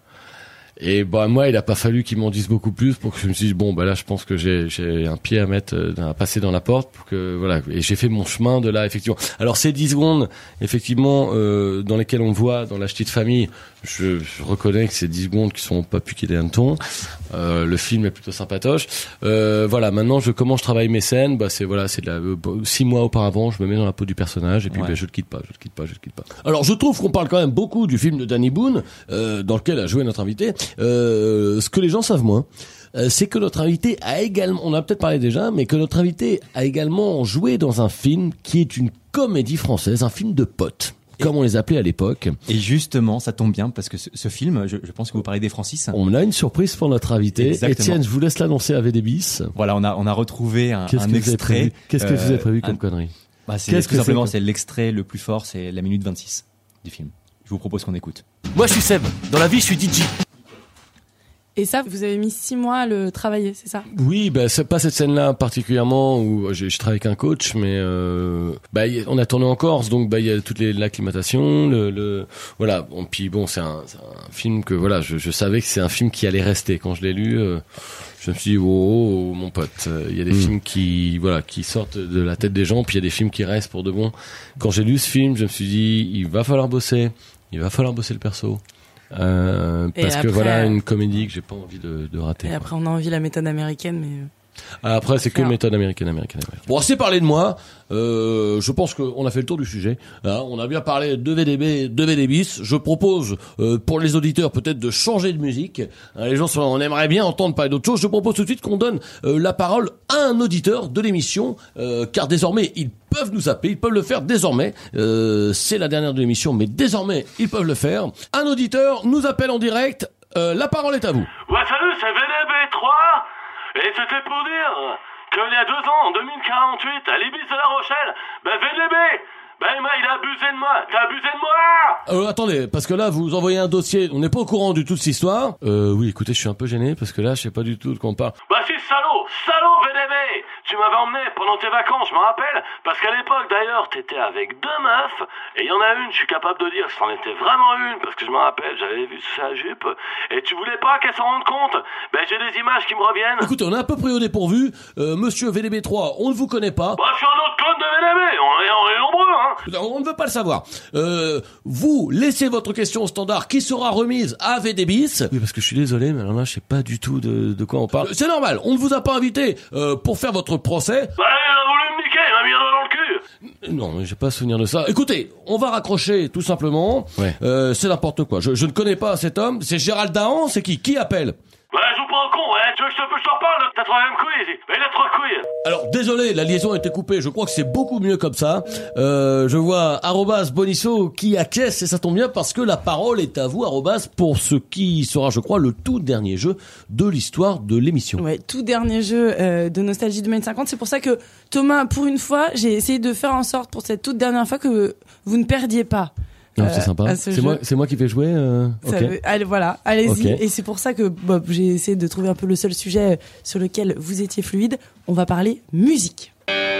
Et bah moi, il a pas fallu qu'ils m'en disent beaucoup plus pour que je me dise bon bah là, je pense que j'ai un pied à passer dans la porte pour que voilà. Et j'ai fait mon chemin de là effectivement. Alors ces 10 secondes effectivement dans lesquelles on voit dans La Petite Famille, je reconnais que c'est 10 secondes qui sont pas piquées des hannetons. Le film est plutôt sympatoche. Voilà, maintenant comment je travaille mes scènes, bah c'est 6 mois auparavant, je me mets dans la peau du personnage et puis je le quitte pas. Alors je trouve qu'on parle quand même beaucoup du film de Danny Boone dans lequel a joué notre invité. Ce que les gens savent moins, c'est que notre invité a également, on a peut-être parlé déjà, mais que notre invité a également joué dans un film qui est une comédie française, un film de potes, comme on les appelait à l'époque. Et justement, ça tombe bien parce que ce film, je pense que vous parlez des Francis. On a une surprise pour notre invité. Exactement. Étienne, je vous laisse l'annoncer à Védébis. Voilà, on a retrouvé un extrait. Qu'est-ce que vous avez prévu comme connerie? Tout simplement, c'est l'extrait le plus fort, c'est la minute 26 du film. Je vous propose qu'on écoute. Moi, je suis Seb. Dans la vie, je suis DJ. Et ça, vous avez mis 6 mois à le travailler, c'est ça? Oui, bah c'est pas cette scène-là particulièrement où je travaille avec un coach, mais on a tourné en Corse, donc il y a toutes l'acclimatation, voilà. Bon, puis bon, c'est un film que voilà, je savais que c'est un film qui allait rester. Quand je l'ai lu, je me suis dit oh mon pote, il y a des films qui sortent de la tête des gens, puis il y a des films qui restent pour de bon. Quand j'ai lu ce film, je me suis dit il va falloir bosser le perso. Parce que voilà une comédie que j'ai pas envie de rater. Et après on a envie la méthode américaine, mais Après, c'est que méthode américaine. Bon, assez parlé de moi. Je pense qu'on a fait le tour du sujet. Hein, on a bien parlé de VDB, de VDBis. Je propose, pour les auditeurs, peut-être de changer de musique. Hein, les gens, on aimerait bien entendre parler d'autre chose. Je propose tout de suite qu'on donne la parole à un auditeur de l'émission, car désormais, ils peuvent nous appeler, ils peuvent le faire désormais. C'est la dernière de l'émission, mais désormais, ils peuvent le faire. Un auditeur nous appelle en direct. La parole est à vous. Ouais, salut, c'est VDB3. Et c'était pour dire qu'il y a 2 ans, en 2048, à l'Ibis de La Rochelle, VDB, il a abusé de moi. T'as abusé de moi. Attendez, parce que là, vous envoyez un dossier, on n'est pas au courant du tout de cette histoire. Oui, écoutez, je suis un peu gêné, parce que là, je sais pas du tout de quoi on parle. Si, salaud, VDB. Tu m'avais emmené pendant tes vacances, je me rappelle, parce qu'à l'époque, d'ailleurs, t'étais avec 2 meufs, et il y en a une, je suis capable de dire que c'en était vraiment une, parce que je me rappelle, j'avais vu sa jupe, et tu voulais pas qu'elle s'en rende compte. J'ai des images qui me reviennent. Écoutez, on est un peu pris au dépourvu. Monsieur VDB3, on ne vous connaît pas. Je suis un autre clone de VDB, on est nombreux, hein. On ne veut pas le savoir. Vous laissez votre question au standard qui sera remise à VDBis. Oui, parce que je suis désolé, mais alors là, je sais pas du tout de quoi on parle. C'est normal, on ne vous a pas invité pour faire votre procès. Il a voulu me niquer, il m'a mis un doigt dans le cul. Non, mais j'ai pas souvenir de ça. Écoutez, on va raccrocher tout simplement. Ouais. C'est n'importe quoi. Je ne connais pas cet homme. C'est Gérald Dahan, c'est qui appelle? Je vous prends en con, tu veux que je te reparle de ta 3e couille ici? Il a 3 couilles. Alors, désolé, la liaison a été coupée, je crois que c'est beaucoup mieux comme ça. Je vois @Bonisso qui acquiesce, et ça tombe bien parce que la parole est à vous, pour ce qui sera, je crois, le tout dernier jeu de l'histoire de l'émission. Ouais, tout dernier jeu de Nostalgie 2050. C'est pour ça que, Thomas, pour une fois, j'ai essayé de faire en sorte, pour cette toute dernière fois, que vous ne perdiez pas. Non, c'est sympa. C'est moi qui vais jouer. Okay. Allez, voilà, allez-y. Okay. Et c'est pour ça que j'ai essayé de trouver un peu le seul sujet sur lequel vous étiez fluide. On va parler musique.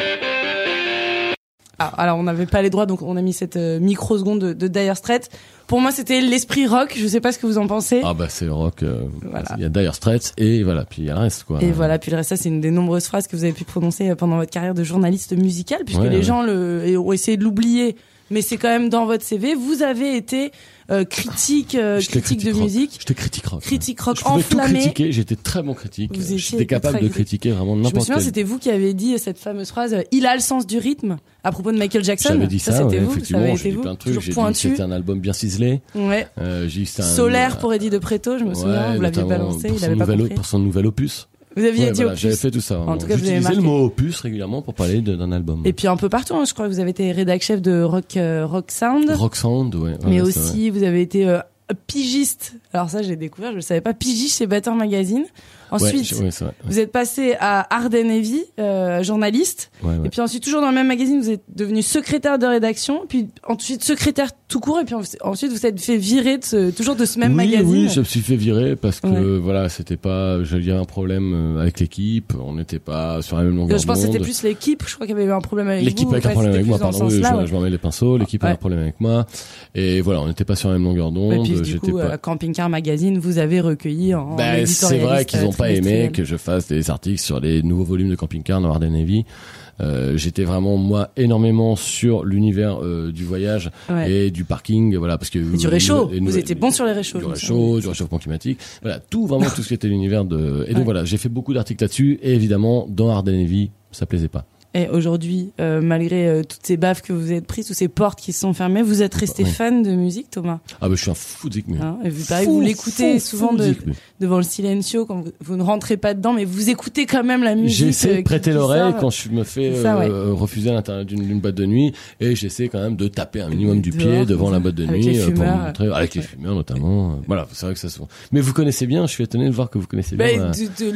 Alors on n'avait pas les droits, donc on a mis cette microseconde de Dire Straits. Pour moi, c'était l'esprit rock. Je sais pas ce que vous en pensez. C'est le rock. Voilà. Il y a Dire Straits et voilà, puis il y a le reste, quoi. Et voilà, puis le reste, ça c'est une des nombreuses phrases que vous avez pu prononcer pendant votre carrière de journaliste musical, puisque les gens ont essayé de l'oublier. Mais c'est quand même dans votre CV. Vous avez été critique de musique. J'étais critique rock. Critique rock je pouvais enflammé. Tout critiquer, j'étais très bon critique. J'étais capable de critiquer vraiment n'importe quel. Je me souviens, c'était vous qui avez dit cette fameuse phrase « Il a le sens du rythme » à propos de Michael Jackson. J'avais dit ça, c'était vous. Effectivement, ça avait j'ai été dit vous. plein de trucs. J'ai dit pointu. que c'était un album bien ciselé. Ouais. Solaire pour Eddie de Preto, je me souviens. Vous l'aviez balancé, il avait pas compris. Pour son nouvel opus. Vous aviez dit opus. J'avais fait tout ça. En tout cas, vous avez utilisé le mot opus régulièrement pour parler d'un album. Et puis un peu partout, je crois que vous avez été rédac chef de Rock Sound. Rock Sound, ouais. Mais aussi, vous avez été pigiste. Alors ça, j'ai découvert, je le savais pas. Pigiste chez Better Magazine. Ensuite, vous êtes passé à Arden Heavy, journaliste. Et puis ensuite, toujours dans le même magazine, vous êtes devenu secrétaire de rédaction. Puis ensuite, secrétaire tout court. Et puis ensuite, vous êtes fait virer toujours de ce même magazine. Oui, je me suis fait virer parce que voilà, c'était pas. J'avais un problème avec l'équipe. On n'était pas sur la même longueur d'onde. Je pense que c'était plus l'équipe. Je crois qu'il y avait eu un problème avec l'équipe vous. L'équipe avait un problème avec moi. Pardon, je m'en mets les pinceaux. L'équipe avait un problème avec moi. Et voilà, on n'était pas sur la même longueur d'onde. Et puis du coup, Camping Car Magazine, vous avez recueilli en éditorialiste. C'est vrai qu'ils ont pas aimé que je fasse des articles sur les nouveaux volumes de Camping Car dans Arden Heavy. J'étais vraiment moi énormément sur l'univers du voyage et du parking, voilà, parce que et du réchaud. Vous étiez bon sur les réchauds. Du réchauffement climatique, voilà, vraiment tout ce qui était l'univers de. Et donc voilà, j'ai fait beaucoup d'articles là-dessus. Et évidemment, dans Arden Heavy, ça plaisait pas. Et aujourd'hui, malgré toutes ces baffes que vous êtes prises, toutes ces portes qui se sont fermées, vous êtes resté fan de musique, Thomas? Je suis un fou de musique. Et vous l'écoutez souvent devant le Silencio quand vous ne rentrez pas dedans, mais vous écoutez quand même la musique. J'essaie de prêter l'oreille quand je me fais refuser à l'intérieur d'une boîte de nuit, et j'essaie quand même de taper un minimum du pied devant la boîte de nuit pour montrer, avec les fumeurs notamment. Voilà, c'est vrai que ça se. Mais vous connaissez bien. Je suis étonné de voir que vous connaissez bien.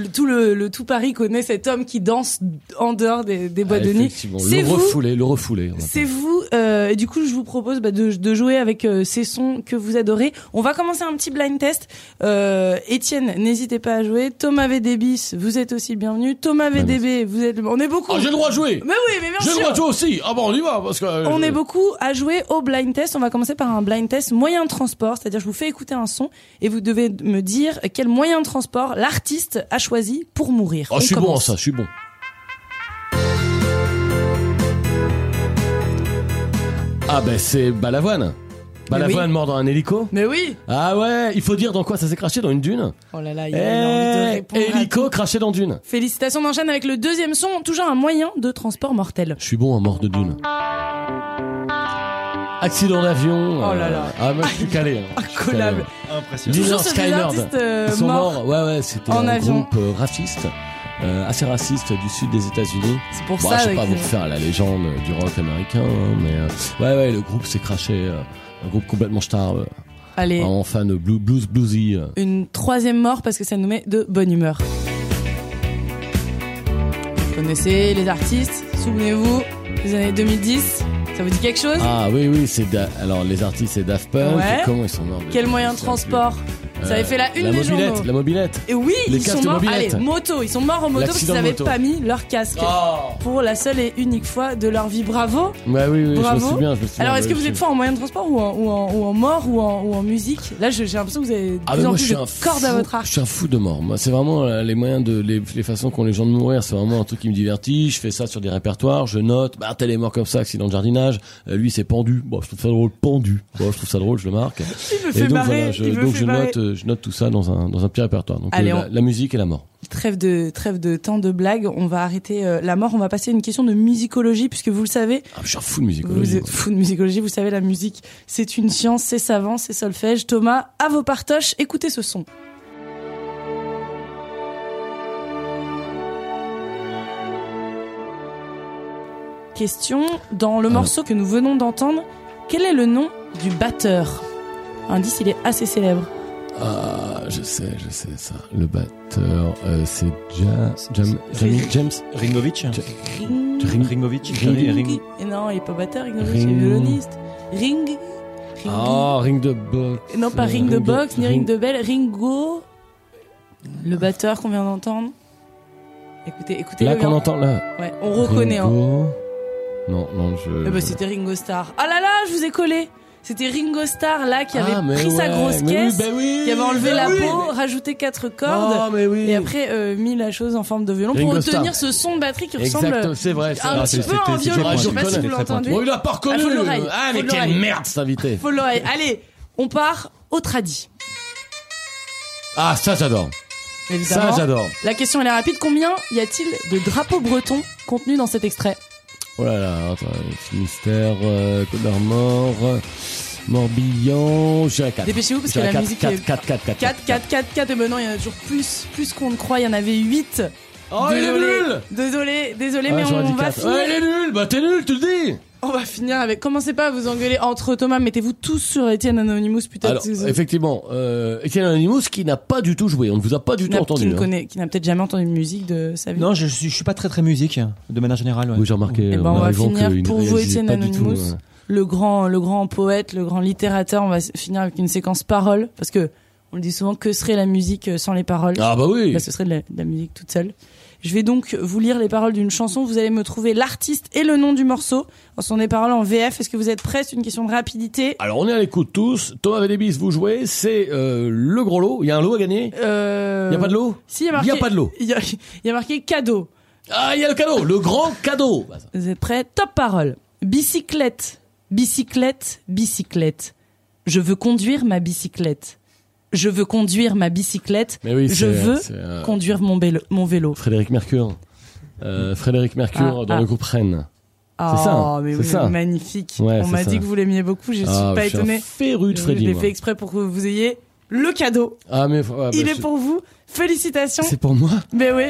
Tout Paris connaît cet homme qui danse en dehors des boîtes de nuit. C'est le refoulé. C'est vous. Et du coup, je vous propose de jouer avec ces sons que vous adorez. On va commencer un petit blind test. Étienne, n'hésitez pas à jouer. Thomas VDBis, vous êtes aussi bienvenu. Thomas VDB, on est beaucoup. J'ai le droit de jouer. Mais oui, mais bien sûr. J'ai le droit de jouer aussi. On y va parce que. On est beaucoup à jouer au blind test. On va commencer par un blind test moyen de transport, c'est-à-dire je vous fais écouter un son et vous devez me dire quel moyen de transport l'artiste a choisi pour mourir. Je suis bon en ça. Je suis bon. C'est Balavoine. Balavoine mort dans un hélico. Mais oui. Ah ouais, il faut dire dans quoi ça s'est craché, dans une dune. Oh là là, il a envie de répondre. Hélico craché dans dune. Félicitations, on enchaîne avec le deuxième son, toujours un moyen de transport mortel. Je suis bon à mort de dune. Accident d'avion. Oh là là. Ah, moi je suis calé. Incollable. Impressionnant. Toujours sur des artistes Ils sont morts. Ouais, c'était en un avion. groupe raciste. Assez raciste du sud des États-Unis. C'est pour Bon, ça. je vais pas vous refaire la légende du rock américain, hein, mais ouais, le groupe s'est craché. Un groupe complètement star. Allez. En fan de bluesy. Une troisième mort parce que ça nous met de bonne humeur. Vous connaissez les artistes, souvenez-vous, des années 2010. Ça vous dit quelque chose? Ah oui, alors les artistes c'est Daft Punk. Ouais. Comment ils sont morts? Quel moyen de transport? Ça avait fait la une des journaux. La mobilette. Et oui, Les ils sont casques morts. mobilettes. Allez, moto. Ils sont morts en moto parce qu'ils L'accident n'avaient moto. pas mis leur casque. Pour la seule et unique fois de leur vie. Bravo. Ouais, oui, Bravo. je me souviens. Alors, est-ce que vous êtes fort en moyen de transport ou en mort ou en musique? Là, j'ai l'impression que vous avez de plus en plus de cordes à votre arc. Je suis un fou de mort. Moi, c'est vraiment les moyens les façons qu'ont les gens de mourir. C'est vraiment un truc qui me divertit. Je fais ça sur des répertoires. Je note. Bah, tel est mort comme ça, accident de jardinage. Lui, c'est pendu. Bon, je trouve ça drôle. Pendu. Bon, je trouve ça drôle. Je le marque. Il me fait marrer. Je note tout ça dans un petit répertoire. Donc, allez, la musique et la mort. Trêve de temps de blagues. On va arrêter la mort. On va passer à une question de musicologie puisque vous le savez. Ah, je suis un fou de musicologie. Vous êtes fou de musicologie. Vous savez, la musique, c'est une science, c'est savant, c'est solfège. Thomas, à vos partoches, écoutez ce son. Question, dans le morceau que nous venons d'entendre, quel est le nom du batteur? Indice, il est assez célèbre. Ah, je sais ça. Le batteur, c'est James Ringovic. Ringovic. Et non, il est pas batteur, Ringovic, il est violoniste. Ring de box. Non, pas ring de box, ni ring de bell. Ringo, le batteur qu'on vient d'entendre. Écoutez. Là qu'on entend là. Ouais, on reconnaît. Ringo. Non, c'était Ringo Starr. Ah là là, je vous ai collé. C'était Ringo Starr là qui avait pris sa grosse caisse, qui avait enlevé la peau, rajouté 4 cordes et après mis la chose en forme de violon Ringo pour obtenir Starr. ce son de batterie qui ressemble c'est vrai, un petit peu en violon. Je sais pas si vous l'entendez. Oh, il a pas reconnu. Faut l'oreille. Ah mais quelle merde cet invité. Faut l'oreille. Allez, on part au tradi. Ah ça j'adore. Évidemment. Ça j'adore. La question elle est rapide. Combien y a-t-il de drapeaux bretons contenus dans cet extrait? Oh là là, attends, Finistère, Côte d'Armor, Morbihan, je dirais 4. Dépêchez-vous parce que la musique 4. Et maintenant il y en a toujours plus qu'on ne croit, il y en avait 8. Oh, il est nul. Désolé, Ah, mais on va finir. Ouais, il est nul, bah t'es nul, tu le dis. On va finir avec, commencez pas à vous engueuler entre Thomas, mettez-vous tous sur Étienne Anonymous, putain. Alors, effectivement, Étienne Anonymous qui n'a pas du tout joué, on ne vous a pas du tout entendu. Qui n'a peut-être jamais entendu de musique de sa vie. Non, je suis pas très musique, de manière générale. Ouais. Oui, j'ai remarqué. Et ben, on va finir pour vous, Étienne Anonymous, le grand poète, le grand littérateur. On va finir avec une séquence paroles, parce que on le dit souvent, que serait la musique sans les paroles? Ah bah oui. Bah, ce serait de la musique toute seule. Je vais donc vous lire les paroles d'une chanson. Vous allez me trouver l'artiste et le nom du morceau. Ce sont des paroles en VF. Est-ce que vous êtes prêts? C'est une question de rapidité. Alors, on est à l'écoute tous. Thomas Védébis, vous jouez. C'est le gros lot. Il y a un lot à gagner? Il y a pas de lot? Si, il y a marqué. Il y a pas de lot. Il y a marqué cadeau. Ah, il y a le cadeau. Le grand cadeau. Vous êtes prêts? Top parole. Bicyclette. Bicyclette. Bicyclette. Je veux conduire ma bicyclette. Je veux conduire ma bicyclette. Oui, je veux conduire mon vélo. Frédéric Mercure. Dans le groupe Rennes. Ah, c'est ça. Mais c'est oui, ça. Magnifique. Ouais, on m'a dit que vous l'aimiez beaucoup. Je suis pas étonné. Féru de Freddy. Je l'ai fait exprès pour que vous ayez le cadeau. Ah, mais il est pour vous. Félicitations. C'est pour moi. Mais oui.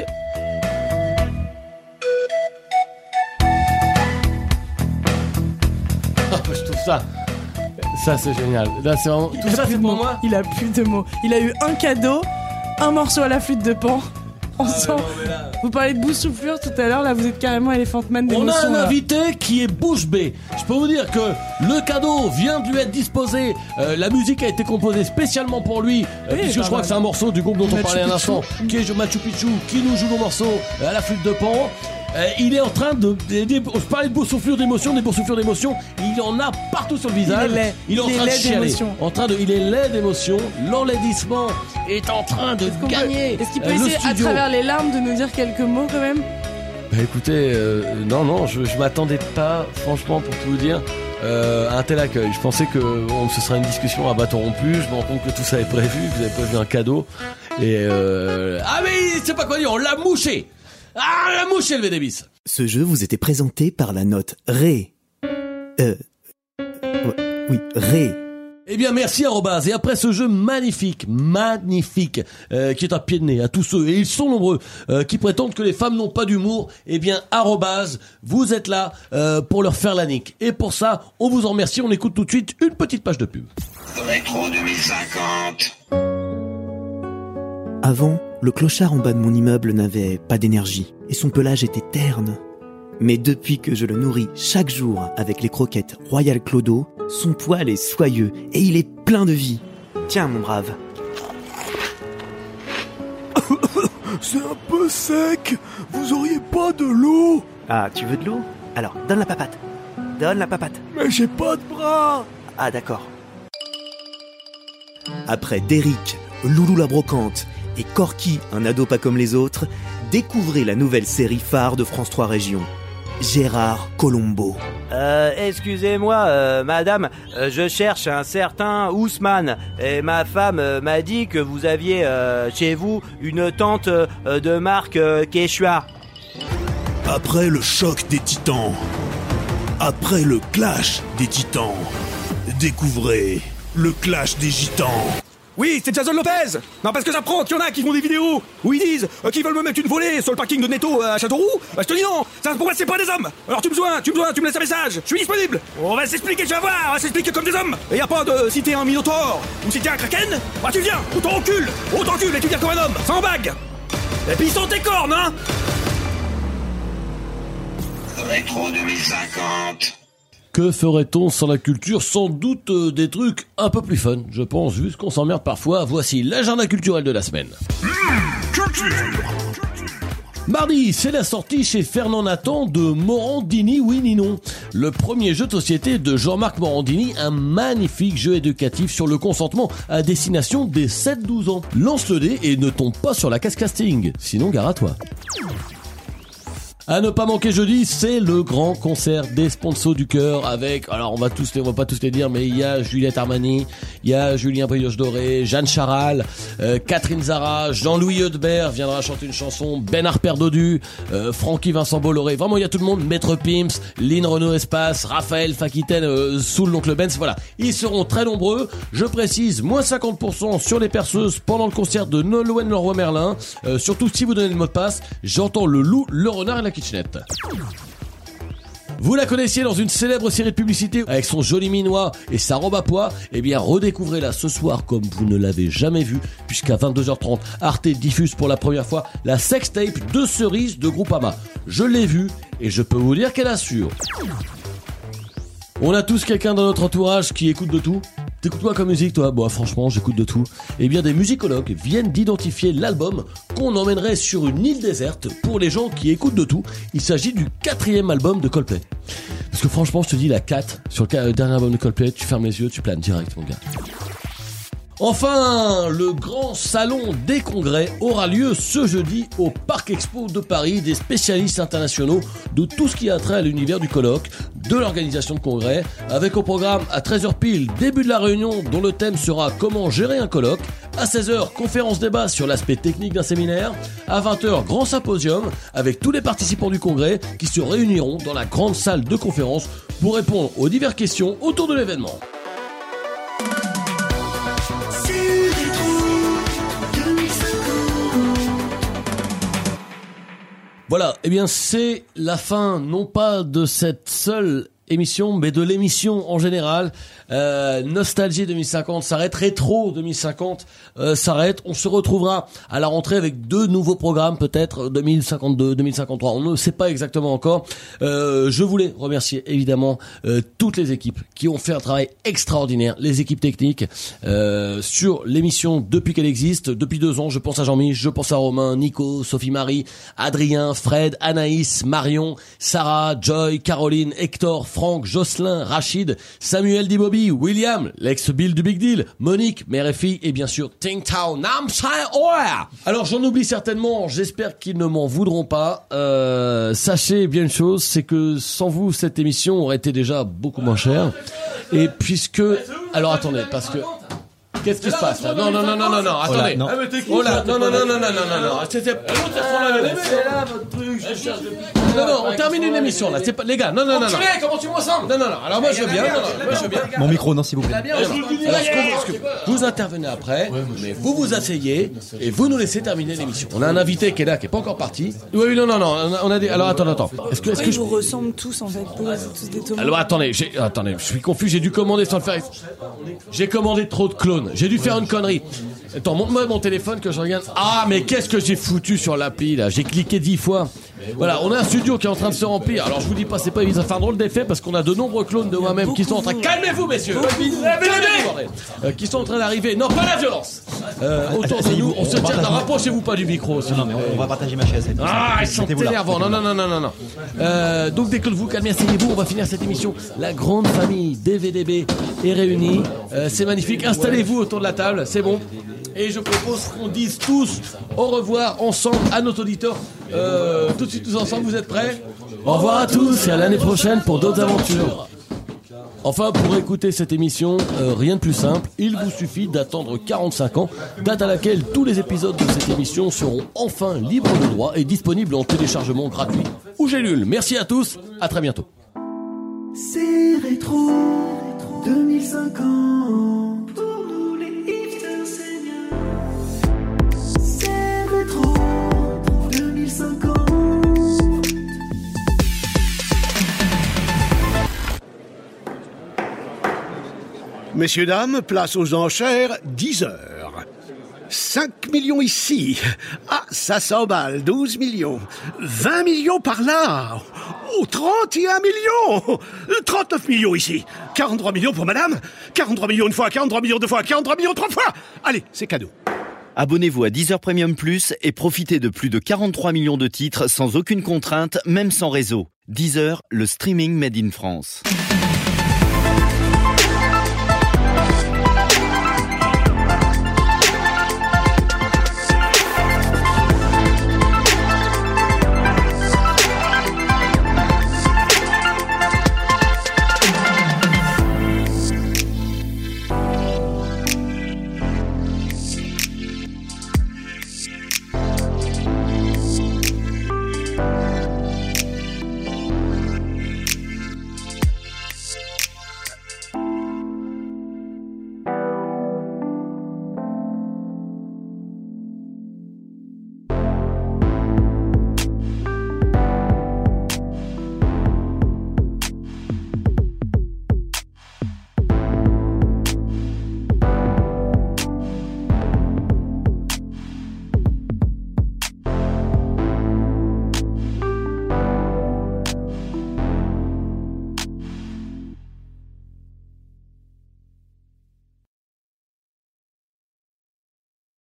Je trouve ça. Ça c'est génial. Là c'est vraiment tout ça c'est pour moi. Il a plus de mots. Il a eu un cadeau, un morceau à la flûte de Pan. Vous parlez de boussouflure tout à l'heure, là vous êtes carrément Elephant Man d'émotion. On a un invité qui est bouche bée. Je peux vous dire que le cadeau vient de lui être disposé. La musique a été composée spécialement pour lui, puisque je crois que c'est un morceau du groupe dont on parlait à l'instant, qui est Machu Picchu, qui nous joue le morceau à la flûte de Pan. Il est en train je parlais de boursouflure d'émotion, il en a partout sur le visage. Il est en train de chialer. Il est laid d'émotion. L'enlaidissement est en train de gagner. Est-ce qu'il peut essayer à travers les larmes de nous dire quelques mots quand même? Bah écoutez, non, je m'attendais pas, franchement, pour tout vous dire. un tel accueil. Je pensais que ce serait une discussion à bâton rompu. Je me rends compte que tout ça est prévu, que vous avez prévu un cadeau. Et ah mais c'est pas quoi dire, on l'a mouché. Ah, on l'a mouché le VDBis. Ce jeu vous était présenté par la note Ré. Oui, Ré. Eh bien merci arrobase. Et après ce jeu magnifique, qui est un pied de nez à tous ceux, et ils sont nombreux, qui prétendent que les femmes n'ont pas d'humour, eh bien arrobase, vous êtes là pour leur faire la nique. Et pour ça, on vous en remercie, on écoute tout de suite une petite page de pub. Rétro 2050. Avant, le clochard en bas de mon immeuble n'avait pas d'énergie, et son pelage était terne. Mais depuis que je le nourris chaque jour avec les croquettes Royal Clodo, son poil est soyeux et il est plein de vie. Tiens mon brave. C'est un peu sec. Vous auriez pas de l'eau? Ah, tu veux de l'eau? Alors, donne la papate. Donne la papate. Mais j'ai pas de bras. Ah d'accord. Après Derrick, Loulou la brocante et Corky, un ado pas comme les autres, découvrez la nouvelle série phare de France 3 Région. Gérard Colombo. Excusez-moi, madame, je cherche un certain Ousmane. Et ma femme m'a dit que vous aviez chez vous une tente de marque Quechua. Après le choc des titans, après le clash des titans, découvrez le clash des gitans. Oui, c'est Jason Lopez. Non, parce que j'apprends qu'il y en a qui font des vidéos où ils disent qu'ils veulent me mettre une volée sur le parking de Netto à Châteauroux. Bah, je te dis non, ça pour moi c'est pas des hommes. Alors tu me laisses un message, je suis disponible. On va s'expliquer, tu vas voir, on va s'expliquer comme des hommes. Et y a pas de citer un minotaure ou citer un kraken. Bah tu viens, ou t'en recules, et tu viens comme un homme, sans bague. Et puis ils sont tes cornes, hein. Rétro 2050. Que ferait-on sans la culture? Sans doute des trucs un peu plus fun, je pense, vu ce qu'on s'emmerde parfois. Voici l'agenda culturel de la semaine. Mardi, c'est la sortie chez Fernand Nathan de Morandini Oui Ni Non, le premier jeu de société de Jean-Marc Morandini, un magnifique jeu éducatif sur le consentement à destination des 7-12 ans. Lance le dé et ne tombe pas sur la case casting, sinon gare à toi. À ne pas manquer jeudi, c'est le grand concert des sponsors du cœur avec, alors on va pas tous les dire, mais il y a Juliette Armanis, il y a Julien Brioche-Doré, Jeanne Charal, Catherine Zara, Jean-Louis Eudebert viendra chanter une chanson, Ben Harper Dodu, Francky Vincent Bolloré, vraiment il y a tout le monde, Maître Pimps, Lynn Renaud Espace, Raphaël Fakiten, Soul l'oncle Benz, voilà. Ils seront très nombreux, je précise, moins 50% sur les perceuses pendant le concert de Nolwenn Leroy Merlin, surtout si vous donnez le mot de passe, j'entends le loup, le renard et la kitchenette. Vous la connaissiez dans une célèbre série de publicité avec son joli minois et sa robe à pois, eh bien redécouvrez-la ce soir comme vous ne l'avez jamais vue, puisqu'à 22h30, Arte diffuse pour la première fois la sextape de Cerise de Groupama. Je l'ai vue et je peux vous dire qu'elle assure. On a tous quelqu'un dans notre entourage qui écoute de tout. T'écoutes quoi comme musique toi? Bon franchement j'écoute de tout. Eh bien des musicologues viennent d'identifier l'album qu'on emmènerait sur une île déserte pour les gens qui écoutent de tout. Il s'agit du 4e album de Coldplay. Parce que franchement je te dis la 4 sur le dernier album de Coldplay, tu fermes les yeux, tu planes direct mon gars. Enfin, le grand salon des congrès aura lieu ce jeudi au Parc Expo de Paris, des spécialistes internationaux de tout ce qui a trait à l'univers du colloque, de l'organisation de congrès, avec au programme à 13h pile, début de la réunion dont le thème sera comment gérer un colloque, à 16h, conférence débat sur l'aspect technique d'un séminaire, à 20h, grand symposium avec tous les participants du congrès qui se réuniront dans la grande salle de conférence pour répondre aux diverses questions autour de l'événement. Voilà, eh bien c'est la fin, non pas de cette seule émission, mais de l'émission en général. Nostalgie 2050 s'arrête, Rétro 2050 s'arrête. On se retrouvera à la rentrée avec 2 nouveaux programmes, peut-être 2052, 2053. On ne sait pas exactement encore. Je voulais remercier évidemment toutes les équipes qui ont fait un travail extraordinaire, les équipes techniques sur l'émission depuis qu'elle existe, depuis 2 ans. Je pense à Jean-Mich, je pense à Romain, Nico, Sophie-Marie, Adrien, Fred, Anaïs, Marion, Sarah, Joy, Caroline, Hector, Franck, Jocelyn, Rachid, Samuel Dibobi, William, l'ex-Bill du Big Deal, Monique, mère et fille, et bien sûr Tingtao Namsai Oya. Alors j'en oublie certainement, j'espère qu'ils ne m'en voudront pas. Sachez bien une chose, c'est que sans vous, cette émission aurait été déjà beaucoup moins chère. Et puisque... Alors attendez, parce que... Qu'est-ce qui se passe là? Non, attendez. Oh là, non. C'était là votre truc. Non, on termine une émission là. C'est pas les gars. Non. Comment tu me ressembles? Non. Alors moi je veux bien. Mon micro, non, s'il vous plaît. Alors, vous intervenez après, mais vous vous asseyez et vous nous laissez terminer l'émission. On a un invité qui est là, qui est pas encore parti. Oui, non. On a des. Alors attends. Est-ce que ils vous ressemblent tous en fait, tous des tomates. Alors attendez, je suis confus. J'ai dû commander sans le faire. J'ai commandé trop de clones. J'ai dû faire une connerie. Attends, montre-moi mon téléphone que je regarde. Ah, mais qu'est-ce que j'ai foutu sur l'appli là? J'ai cliqué 10 fois. Voilà, on a un studio qui est en train de se remplir. Alors je vous dis pas, c'est pas évident, ça fait un drôle d'effet parce qu'on a de nombreux clones de moi-même qui sont en train. Calmez-vous, messieurs. Qui sont en train d'arriver. Non, pas la violence. Autour de nous, on se tient. Rapprochez-vous pas du micro. Non, mais on va partager ma chaise. Ah, ils sont énervants. Non. Donc dès que vous calmez, asseyez-vous, on va finir cette émission. La grande famille DVDB est réunie. C'est magnifique. Installez-vous autour de la table, c'est bon. Et je propose qu'on dise tous au revoir ensemble à nos auditeurs. Tout de suite tous ensemble, vous êtes prêts? Au revoir à tous et à l'année prochaine pour d'autres aventures. Enfin, pour écouter cette émission, rien de plus simple, il vous suffit d'attendre 45 ans, date à laquelle tous les épisodes de cette émission seront enfin libres de droit et disponibles en téléchargement gratuit ou Gélule. Merci à tous, à très bientôt. C'est rétro 2050. Pour nous les hipsters, c'est bien. C'est rétro 2050. Messieurs, dames, place aux enchères, 10 heures. 5 millions ici. Ah, ça s'emballe, 12 millions. 20 millions par là. Oh, 31 millions. 39 millions ici. 43 millions pour madame. 43 millions une fois, 43 millions deux fois, 43 millions trois fois. Allez, c'est cadeau. Abonnez-vous à Deezer Premium Plus et profitez de plus de 43 millions de titres sans aucune contrainte, même sans réseau. Deezer, le streaming made in France.